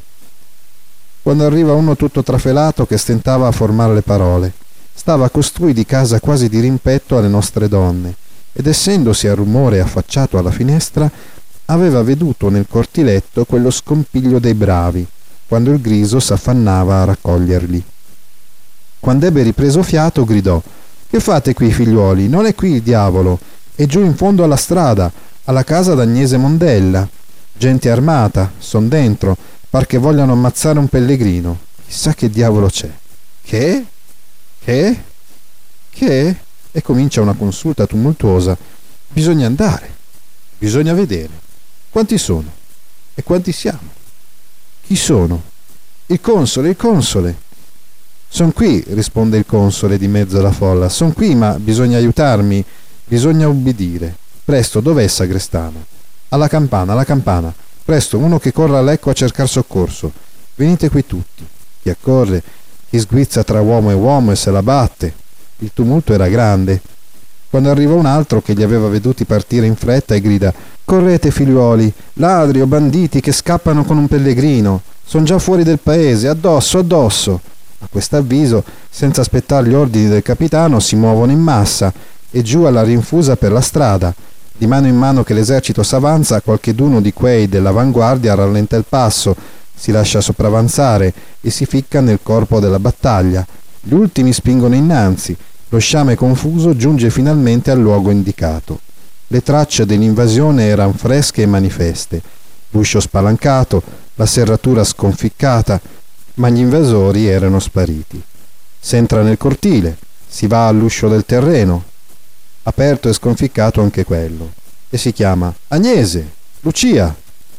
Quando arriva uno tutto trafelato che stentava a formare le parole, stava costui di casa quasi di rimpetto alle nostre donne, ed essendosi a rumore affacciato alla finestra, aveva veduto nel cortiletto quello scompiglio dei bravi, quando il Griso s'affannava a raccoglierli. Quando ebbe ripreso fiato, gridò: «Che fate qui, figliuoli? Non è qui il diavolo, è giù in fondo alla strada, alla casa d'Agnese Mondella. Gente armata, son dentro, par che vogliano ammazzare un pellegrino. Chissà che diavolo c'è». «Che? Che? Che?» E comincia una consulta tumultuosa. «Bisogna andare, bisogna vedere. Quanti sono? E quanti siamo? Chi sono?» «Il console, il console!» «Son qui», risponde il console di mezzo alla folla. «Son qui, ma bisogna aiutarmi, bisogna ubbidire. Presto, dov'è il sagrestano?» Alla campana. Presto, uno che corra all'ecco a cercar soccorso. Venite qui tutti». Chi accorre, chi sguizza tra uomo e se la batte. Il tumulto era grande. Quando arriva un altro che li aveva veduti partire in fretta e grida: «Correte, figliuoli, ladri o banditi che scappano con un pellegrino. Son già fuori del paese, addosso, addosso». A quest'avviso, senza aspettare gli ordini del capitano, si muovono in massa e giù alla rinfusa per la strada. Di mano in mano che l'esercito s'avanza, qualcheduno di quei dell'avanguardia rallenta il passo, si lascia sopravanzare e si ficca nel corpo della battaglia. Gli ultimi spingono innanzi. Lo sciame confuso giunge finalmente al luogo indicato. Le tracce dell'invasione erano fresche e manifeste. L'uscio spalancato, la serratura sconficcata, ma gli invasori erano spariti. S'entra nel cortile, si va all'uscio del terreno, aperto e sconficcato anche quello, e si chiama: «Agnese! Lucia!»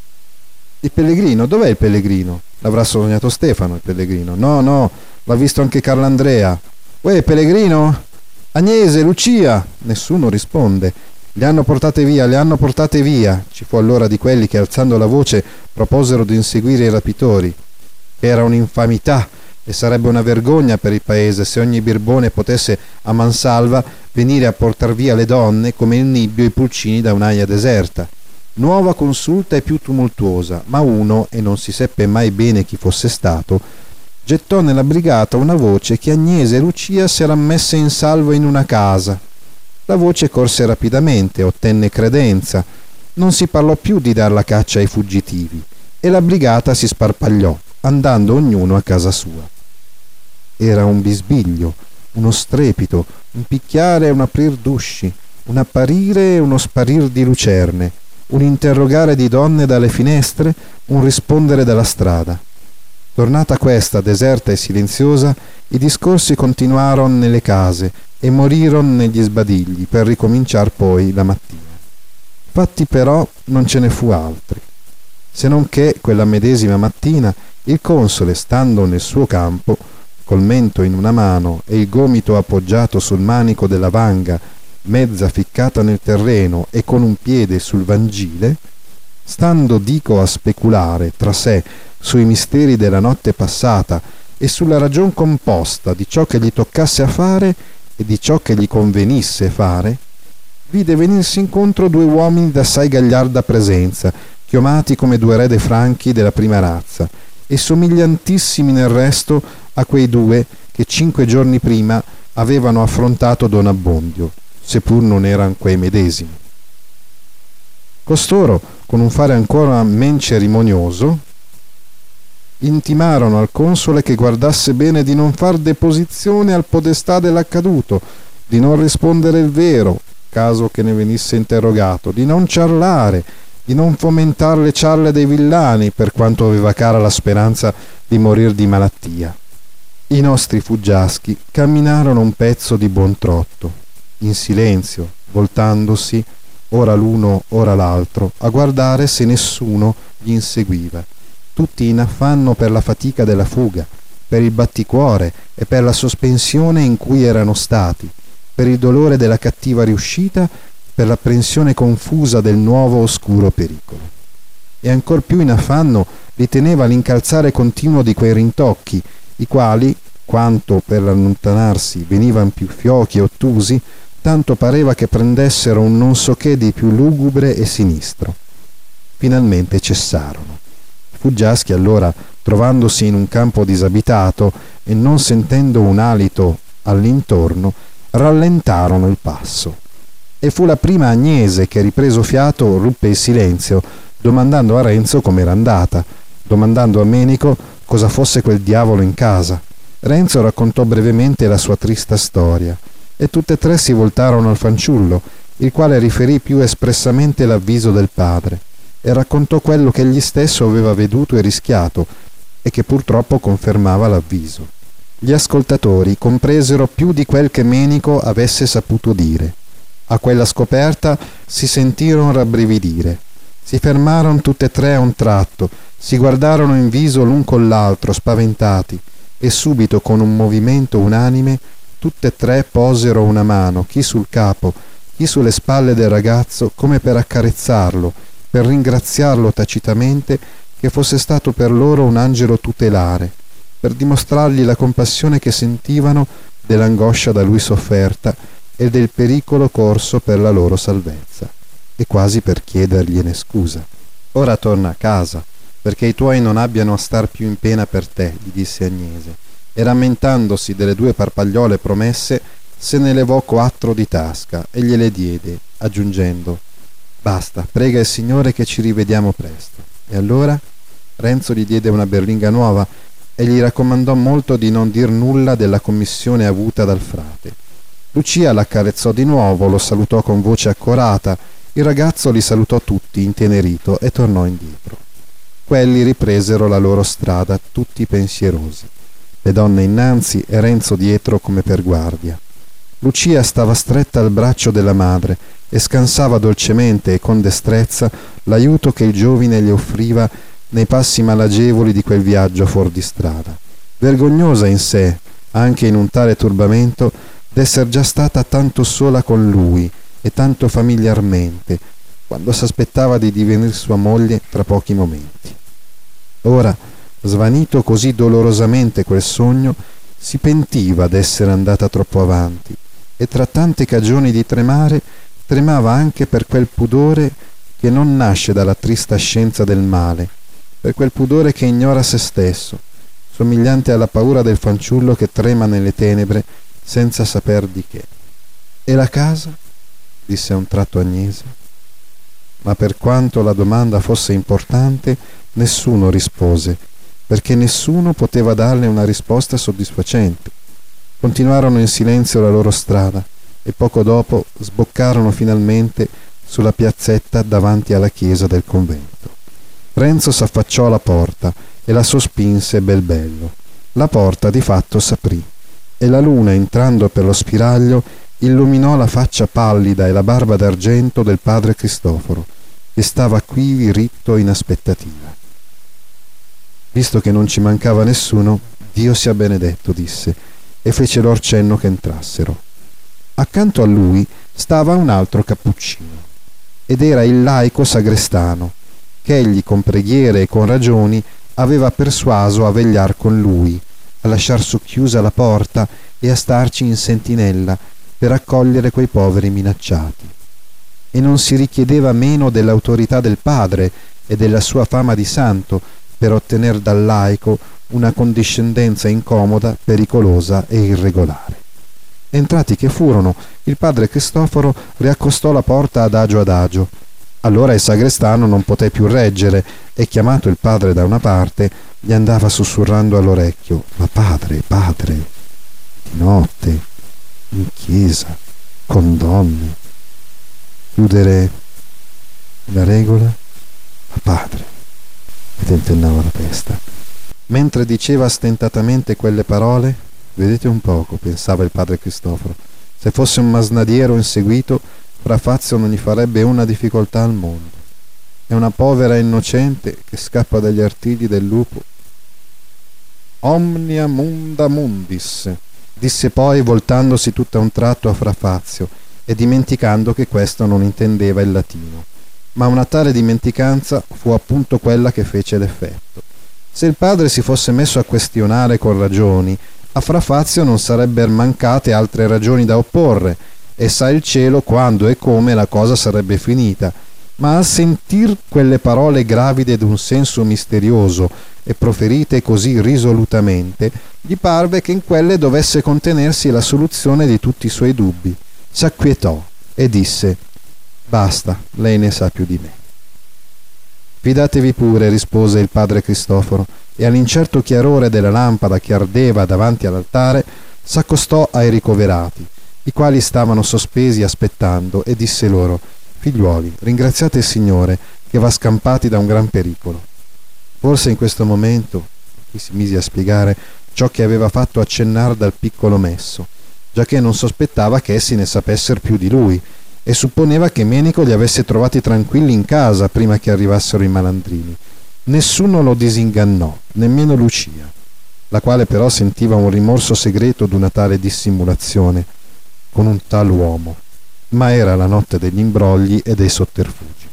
«Il pellegrino? Dov'è il pellegrino?» «L'avrà sognato Stefano, il pellegrino». No, l'ha visto anche Carlandrea». «Uè, pellegrino? Agnese, Lucia!» Nessuno risponde. «Le hanno portate via». Ci fu allora di quelli che, alzando la voce, proposero di inseguire i rapitori. Era un'infamità e sarebbe una vergogna per il paese se ogni birbone potesse a mansalva venire a portar via le donne come il nibbio i pulcini da un'aia deserta. Nuova consulta e più tumultuosa, ma uno, e non si seppe mai bene chi fosse stato, gettò nella brigata una voce che Agnese e Lucia s'eran messe in salvo in una casa. La voce corse rapidamente, ottenne credenza, non si parlò più di dar la caccia ai fuggitivi, e la brigata si sparpagliò, andando ognuno a casa sua. Era un bisbiglio, uno strepito, un picchiare e un aprir d'usci, un apparire e uno sparir di lucerne, un interrogare di donne dalle finestre, un rispondere dalla strada. Tornata questa, deserta e silenziosa, i discorsi continuarono nelle case e morirono negli sbadigli per ricominciar poi la mattina. Fatti però non ce ne fu altri, se non che quella medesima mattina il console, stando nel suo campo, col mento in una mano e il gomito appoggiato sul manico della vanga, mezza ficcata nel terreno e con un piede sul vangile, stando dico a speculare tra sé sui misteri della notte passata e sulla ragion composta di ciò che gli toccasse a fare e di ciò che gli convenisse fare, vide venirsi incontro 2 uomini d'assai gagliarda presenza, chiamati come 2 re dei Franchi della prima razza, e somigliantissimi nel resto a quei 2 che 5 giorni prima avevano affrontato Don Abbondio, seppur non erano quei medesimi. Costoro, con un fare ancora men cerimonioso, intimarono al console che guardasse bene di non far deposizione al podestà dell'accaduto, di non rispondere il vero, caso che ne venisse interrogato, di non ciarlare, di non fomentar le ciarle dei villani, per quanto aveva cara la speranza di morir di malattia. I nostri fuggiaschi camminarono un pezzo di buon trotto, in silenzio, voltandosi ora l'uno ora l'altro, a guardare se nessuno gli inseguiva, tutti in affanno per la fatica della fuga, per il batticuore e per la sospensione in cui erano stati, per il dolore della cattiva riuscita, per l'apprensione confusa del nuovo oscuro pericolo. E ancor più in affanno li teneva l'incalzare continuo di quei rintocchi, i quali, quanto per allontanarsi venivan più fiochi e ottusi, tanto pareva che prendessero un non so che di più lugubre e sinistro. Finalmente cessarono. I fuggiaschi allora, trovandosi in un campo disabitato e non sentendo un alito all'intorno, rallentarono il passo. E fu la prima Agnese che, ripreso fiato, ruppe il silenzio, domandando a Renzo com'era andata, domandando a Menico cosa fosse quel diavolo in casa. Renzo raccontò brevemente la sua trista storia, e tutte e 3 si voltarono al fanciullo, il quale riferì più espressamente l'avviso del padre, e raccontò quello che egli stesso aveva veduto e rischiato, e che purtroppo confermava l'avviso. Gli ascoltatori compresero più di quel che Menico avesse saputo dire. A quella scoperta si sentirono rabbrividire. Si fermarono tutte e 3 a un tratto, si guardarono in viso l'un con l'altro, spaventati, e subito, con un movimento unanime, tutte e 3 posero una mano, chi sul capo, chi sulle spalle del ragazzo, come per accarezzarlo, per ringraziarlo tacitamente che fosse stato per loro un angelo tutelare, per dimostrargli la compassione che sentivano dell'angoscia da lui sofferta e del pericolo corso per la loro salvezza, e quasi per chiedergliene scusa. «Ora torna a casa, perché i tuoi non abbiano a star più in pena per te», gli disse Agnese, e rammentandosi delle 2 parpagliole promesse, se ne levò 4 di tasca e gliele diede, aggiungendo: «Basta, prega il Signore che ci rivediamo presto». E allora Renzo gli diede una berlinga nuova e gli raccomandò molto di non dir nulla della commissione avuta dal frate. Lucia l'accarezzò di nuovo, lo salutò con voce accorata, il ragazzo li salutò tutti intenerito e tornò indietro. Quelli ripresero la loro strada, tutti pensierosi, le donne innanzi e Renzo dietro come per guardia. Lucia stava stretta al braccio della madre e scansava dolcemente e con destrezza l'aiuto che il giovine le offriva nei passi malagevoli di quel viaggio fuor di strada, vergognosa in sé, anche in un tale turbamento, d'esser già stata tanto sola con lui e tanto familiarmente, quando s'aspettava di divenir sua moglie tra pochi momenti. Ora, svanito così dolorosamente quel sogno, si pentiva d'essere andata troppo avanti, e tra tante cagioni di tremare, tremava anche per quel pudore che non nasce dalla trista scienza del male, per quel pudore che ignora se stesso, somigliante alla paura del fanciullo che trema nelle tenebre senza saper di che. «E la casa?» disse a un tratto Agnese. Ma per quanto la domanda fosse importante, nessuno rispose, perché nessuno poteva darle una risposta soddisfacente. Continuarono in silenzio la loro strada e poco dopo sboccarono finalmente sulla piazzetta davanti alla chiesa del convento. Renzo s'affacciò alla porta e la sospinse bel bello. La porta di fatto s'aprì e la luna, entrando per lo spiraglio, illuminò la faccia pallida e la barba d'argento del padre Cristoforo, che stava quivi ritto in aspettativa. Visto che non ci mancava nessuno, Dio sia benedetto, disse, e fece lor cenno che entrassero. Accanto a lui stava un altro cappuccino, ed era il laico sagrestano, che egli con preghiere e con ragioni aveva persuaso a vegliar con lui, a lasciar socchiusa la porta e a starci in sentinella per accogliere quei poveri minacciati. e non si richiedeva meno dell'autorità del padre e della sua fama di santo per ottener dal laico una condiscendenza incomoda, pericolosa e irregolare. Entrati che furono, il padre Cristoforo riaccostò la porta adagio. Allora il sagrestano non poté più reggere e, chiamato il padre da una parte, gli andava sussurrando all'orecchio: «Ma padre, di notte, in chiesa, con donne, chiudere la regola? Ma padre!» e tentennava la testa. Mentre diceva stentatamente quelle parole, «Vedete un poco», pensava il padre Cristoforo, «se fosse un masnadiero inseguito, Fra Fazio non gli farebbe una difficoltà al mondo. È una povera innocente che scappa dagli artigli del lupo». «Omnia munda mundis», disse poi voltandosi tutto a un tratto a Fra Fazio e dimenticando che questo non intendeva il latino. Ma una tale dimenticanza fu appunto quella che fece l'effetto. Se il padre si fosse messo a questionare con ragioni, a Fra Fazio non sarebbero mancate altre ragioni da opporre, e sa il cielo quando e come la cosa sarebbe finita, ma a sentir quelle parole gravide d'un senso misterioso e proferite così risolutamente, gli parve che in quelle dovesse contenersi la soluzione di tutti i suoi dubbi. S'acquietò e disse: «Basta, lei ne sa più di me». «Fidatevi pure», rispose il padre Cristoforo, e all'incerto chiarore della lampada che ardeva davanti all'altare s'accostò ai ricoverati, i quali stavano sospesi aspettando, e disse loro: «Figliuoli, ringraziate il Signore che v'ha scampati da un gran pericolo». Forse in questo momento qui si mise a spiegare ciò che aveva fatto accennar dal piccolo messo, giacché non sospettava che essi ne sapessero più di lui, e supponeva che Menico li avesse trovati tranquilli in casa prima che arrivassero i malandrini. Nessuno lo disingannò, nemmeno Lucia, la quale però sentiva un rimorso segreto d'una tale dissimulazione con un tal uomo, ma era la notte degli imbrogli e dei sotterfugi.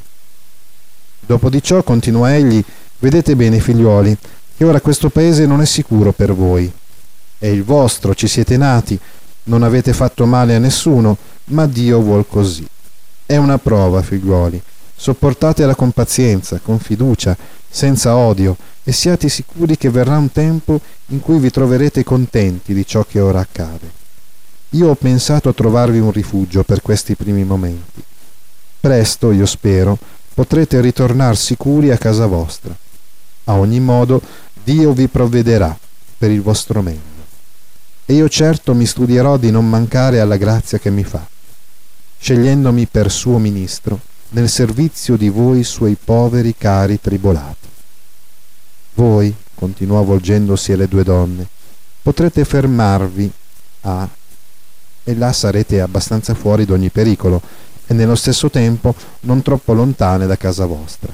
Dopo di ciò continuò egli: «Vedete bene, figliuoli, che ora questo paese non è sicuro per voi. È il vostro, ci siete nati, non avete fatto male a nessuno, ma Dio vuol così. È una prova, figliuoli. Sopportatela con pazienza, con fiducia, senza odio, e siate sicuri che verrà un tempo in cui vi troverete contenti di ciò che ora accade. Io ho pensato a trovarvi un rifugio per questi primi momenti. Presto, io spero, potrete ritornar sicuri a casa vostra. A ogni modo, Dio vi provvederà per il vostro meglio. E io certo mi studierò di non mancare alla grazia che mi fa, scegliendomi per suo ministro nel servizio di voi suoi poveri cari tribolati. Voi», continuò volgendosi alle due donne, «potrete fermarvi a... e là sarete abbastanza fuori d'ogni pericolo e nello stesso tempo non troppo lontane da casa vostra.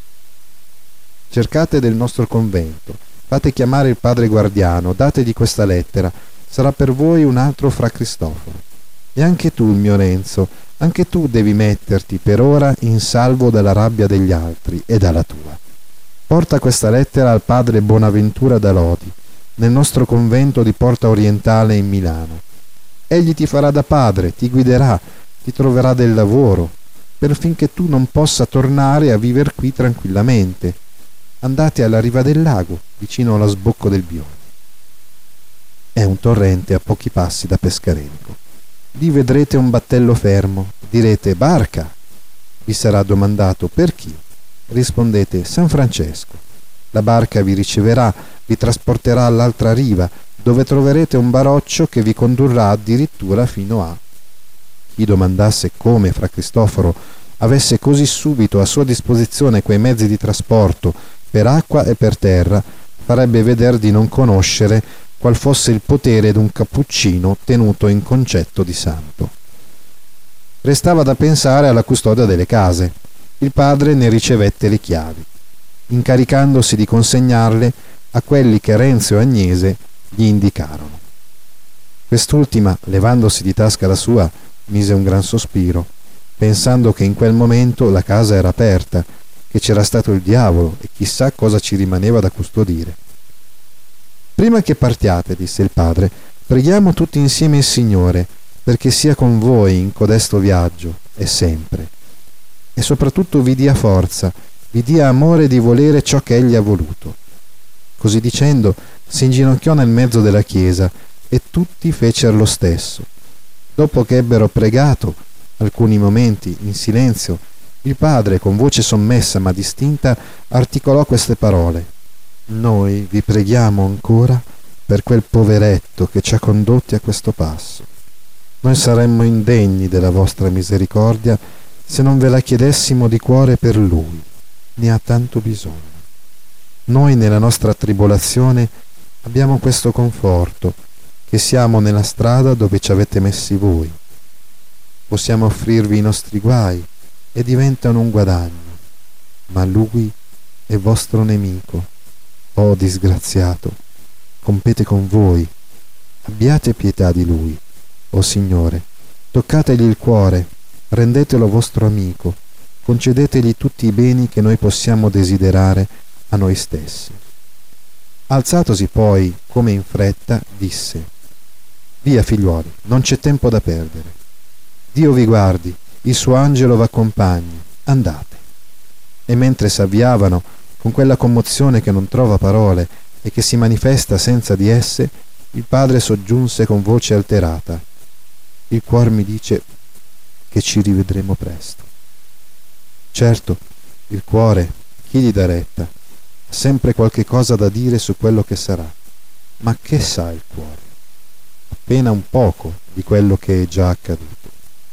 Cercate del nostro convento, fate chiamare il padre guardiano, dategli questa lettera, sarà per voi un altro Fra Cristoforo. E anche tu, il mio Renzo, anche tu devi metterti per ora in salvo dalla rabbia degli altri e dalla tua. Porta questa lettera al padre Bonaventura da Lodi, nel nostro convento di Porta Orientale in Milano. Egli ti farà da padre, ti guiderà, ti troverà del lavoro, per finché tu non possa tornare a viver qui tranquillamente. Andate alla riva del lago, vicino allo sbocco del Bione. È un torrente a pochi passi da Pescarenco. Lì vedrete un battello fermo. Direte: barca? Vi sarà domandato: per chi? Rispondete: San Francesco. La barca vi riceverà, vi trasporterà all'altra riva, dove troverete un baroccio che vi condurrà addirittura fino a... Chi domandasse come Fra Cristoforo avesse così subito a sua disposizione quei mezzi di trasporto per acqua e per terra, farebbe veder di non conoscere qual fosse il potere d'un cappuccino tenuto in concetto di santo. Restava da pensare alla custodia delle case. Il padre ne ricevette le chiavi, incaricandosi di consegnarle a quelli che Renzo e Agnese gli indicarono. Quest'ultima, levandosi di tasca la sua, mise un gran sospiro, pensando che in quel momento la casa era aperta, che c'era stato il diavolo e chissà cosa ci rimaneva da custodire. «Prima che partiate», disse il padre, «preghiamo tutti insieme il Signore, perché sia con voi in codesto viaggio, e sempre. e soprattutto vi dia forza, vi dia amore di volere ciò che egli ha voluto. Così dicendo si inginocchiò nel mezzo della chiesa e tutti fecero lo stesso. Dopo che ebbero pregato alcuni momenti in silenzio, il padre, con voce sommessa ma distinta, articolò queste parole: «Noi vi preghiamo ancora per quel poveretto che ci ha condotti a questo passo. Noi saremmo indegni della vostra misericordia se non ve la chiedessimo di cuore per lui, ne ha tanto bisogno. Noi nella nostra tribolazione abbiamo questo conforto, che siamo nella strada dove ci avete messi voi. Possiamo offrirvi i nostri guai e diventano un guadagno, ma lui è vostro nemico. Oh disgraziato, compete con voi. Abbiate pietà di lui, o Signore, toccategli il cuore, rendetelo vostro amico, concedetegli tutti i beni che noi possiamo desiderare a noi stessi». Alzatosi poi, come in fretta, disse: «Via, figliuoli, non c'è tempo da perdere. Dio vi guardi, il suo angelo v'accompagni, andate». E mentre s'avviavano, con quella commozione che non trova parole e che si manifesta senza di esse, il padre soggiunse con voce alterata: «Il cuor mi dice che ci rivedremo presto». Certo, il cuore, chi gli dà retta? Ha sempre qualche cosa da dire su quello che sarà. Ma che sa il cuore? Appena un poco di quello che è già accaduto.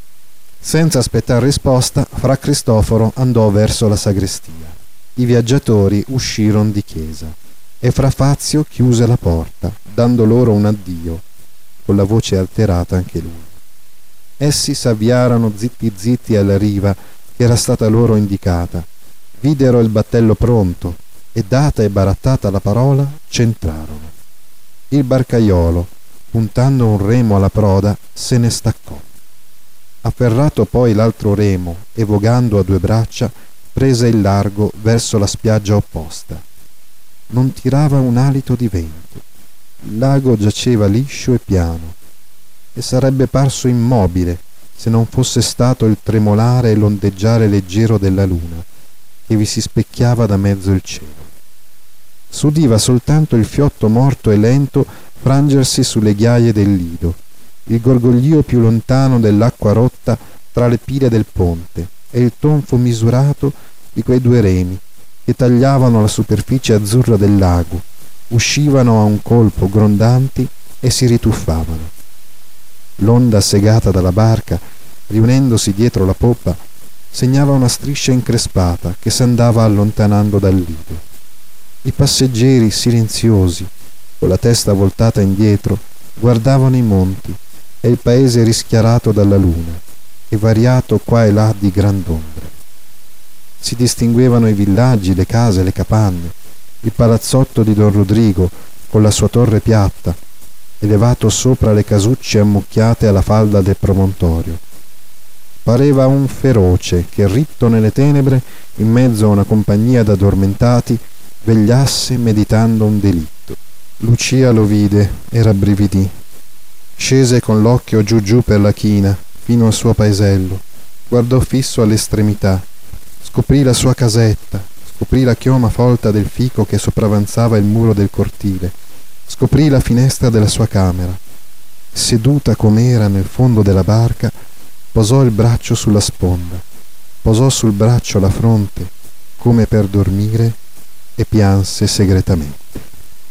Senza aspettare risposta, fra Cristoforo andò verso la sagrestia. I viaggiatori uscirono di chiesa e fra Fazio chiuse la porta, dando loro un addio, con la voce alterata anche lui. Essi s'avviarono zitti zitti alla riva che era stata loro indicata, videro il battello pronto e, data e barattata la parola, c'entrarono. Il barcaiolo, puntando un remo alla proda, se ne staccò. Afferrato poi l'altro remo e vogando a due braccia, prese il largo verso la spiaggia opposta. Non tirava un alito di vento. Il lago giaceva liscio e piano e sarebbe parso immobile se non fosse stato il tremolare e l'ondeggiare leggero della luna che vi si specchiava da mezzo il cielo. S'udiva soltanto il fiotto morto e lento frangersi sulle ghiaie del lido, il gorgoglio più lontano dell'acqua rotta tra le pile del ponte e il tonfo misurato di quei due remi che tagliavano la superficie azzurra del lago, uscivano a un colpo grondanti e si rituffavano. L'onda segata dalla barca, riunendosi dietro la poppa, segnava una striscia increspata che s'andava allontanando dal lido. I passeggeri silenziosi, con la testa voltata indietro, guardavano i monti e il paese rischiarato dalla luna e variato qua e là di grand'ombre. Si distinguevano i villaggi, le case, le capanne, il palazzotto di Don Rodrigo con la sua torre piatta, elevato sopra le casucce ammucchiate alla falda del promontorio. Pareva un feroce che, ritto nelle tenebre, in mezzo a una compagnia d'addormentati, vegliasse meditando un delitto. Lucia lo vide e rabbrividì. Scese con l'occhio giù giù per la china, fino al suo paesello, guardò fisso all'estremità, scoprì la sua casetta, scoprì la chioma folta del fico che sopravanzava il muro del cortile, scoprì la finestra della sua camera. Seduta com'era nel fondo della barca, posò il braccio sulla sponda, posò sul braccio la fronte, come per dormire, e pianse segretamente.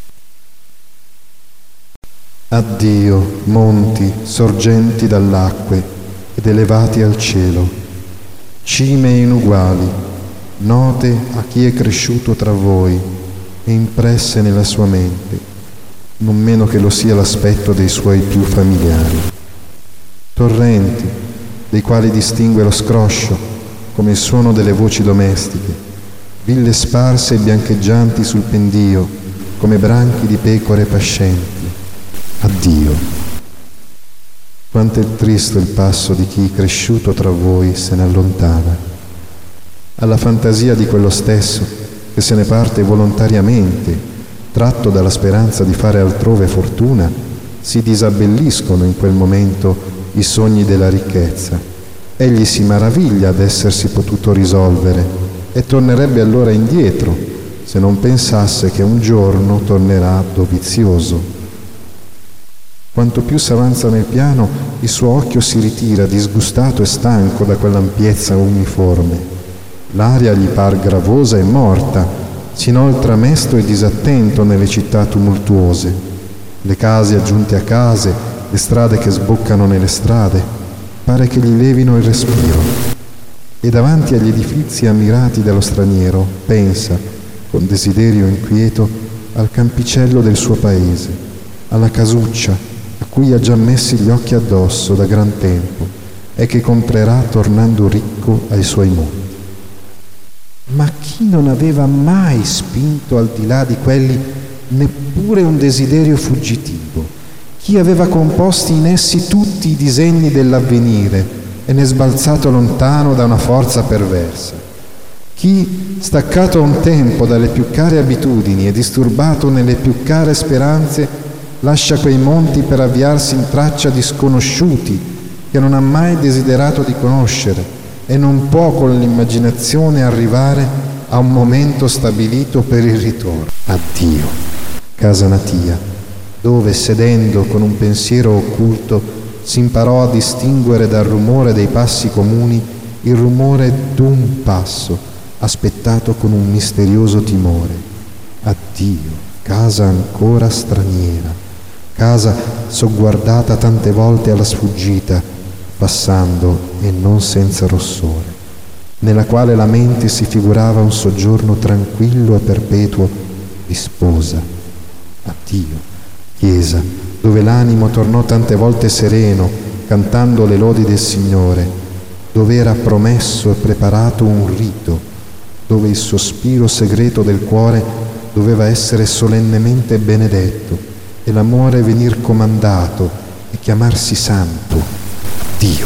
Addio, monti sorgenti dall'acque ed elevati al cielo, cime inuguali, note a chi è cresciuto tra voi e impresse nella sua mente, non meno che lo sia l'aspetto dei suoi più familiari. Torrenti, dei quali distingue lo scroscio, come il suono delle voci domestiche, ville sparse e biancheggianti sul pendio, come branchi di pecore pascenti. Addio. Quanto è tristo il passo di chi, cresciuto tra voi, se ne allontana. Alla fantasia di quello stesso che se ne parte volontariamente, tratto dalla speranza di fare altrove fortuna, si disabbelliscono in quel momento i sogni della ricchezza Egli si maraviglia d'essersi potuto risolvere e tornerebbe allora indietro se non pensasse che un giorno tornerà dovizioso. Quanto più s'avanza nel piano, il suo occhio si ritira disgustato e stanco da quell'ampiezza uniforme. L'aria gli par gravosa e morta, si inoltra mesto e disattento nelle città tumultuose, le case aggiunte a case, le strade che sboccano nelle strade, pare che gli levino il respiro. E davanti agli edifizi ammirati dallo straniero, pensa, con desiderio inquieto, al campicello del suo paese, alla casuccia, a cui ha già messi gli occhi addosso da gran tempo e che comprerà tornando ricco ai suoi monti. Ma chi non aveva mai spinto al di là di quelli neppure un desiderio fuggitivo? Chi aveva composti in essi tutti i disegni dell'avvenire e ne sbalzato lontano da una forza perversa? Chi, staccato a un tempo dalle più care abitudini e disturbato nelle più care speranze, lascia quei monti per avviarsi in traccia di sconosciuti che non ha mai desiderato di conoscere e non può con l'immaginazione arrivare a un momento stabilito per il ritorno. Addio, casa natia, dove sedendo con un pensiero occulto si imparò a distinguere dal rumore dei passi comuni il rumore d'un passo aspettato con un misterioso timore. Addio, casa ancora straniera, casa sogguardata tante volte alla sfuggita, passando e non senza rossore, nella quale la mente si figurava un soggiorno tranquillo e perpetuo di sposa. Addio, chiesa, dove l'animo tornò tante volte sereno, cantando le lodi del Signore, dove era promesso e preparato un rito, dove il sospiro segreto del cuore doveva essere solennemente benedetto e l'amore venir comandato e chiamarsi santo, Dio.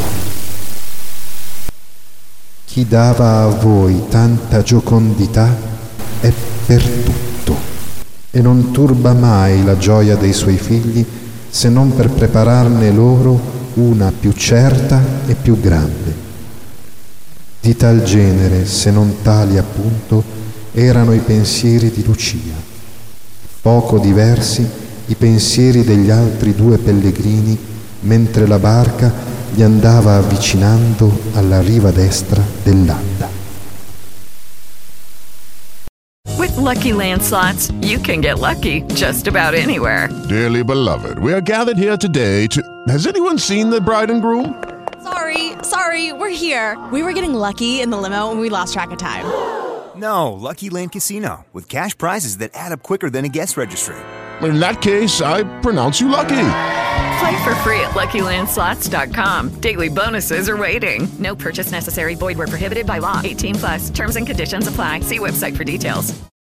Chi dava a voi tanta giocondità è per tutto e non turba mai la gioia dei suoi figli se non per prepararne loro una più certa e più grande. Di tal genere, se non tali appunto, erano i pensieri di Lucia, poco diversi i pensieri degli altri due pellegrini mentre la barca gli andava avvicinando alla riva destra dell'Adda. With Lucky Land Slots, you can get lucky just about anywhere. Dearly beloved, we are gathered here today to... Has anyone seen the bride and groom? Sorry, we're here. We were getting lucky in the limo and we lost track of time. No, Lucky Land Casino, with cash prizes that add up quicker than a guest registry. In that case, I pronounce you lucky. Play for free at LuckyLandSlots.com. Daily bonuses are waiting. No purchase necessary. Void where prohibited by law. 18+. Terms and conditions apply. See website for details.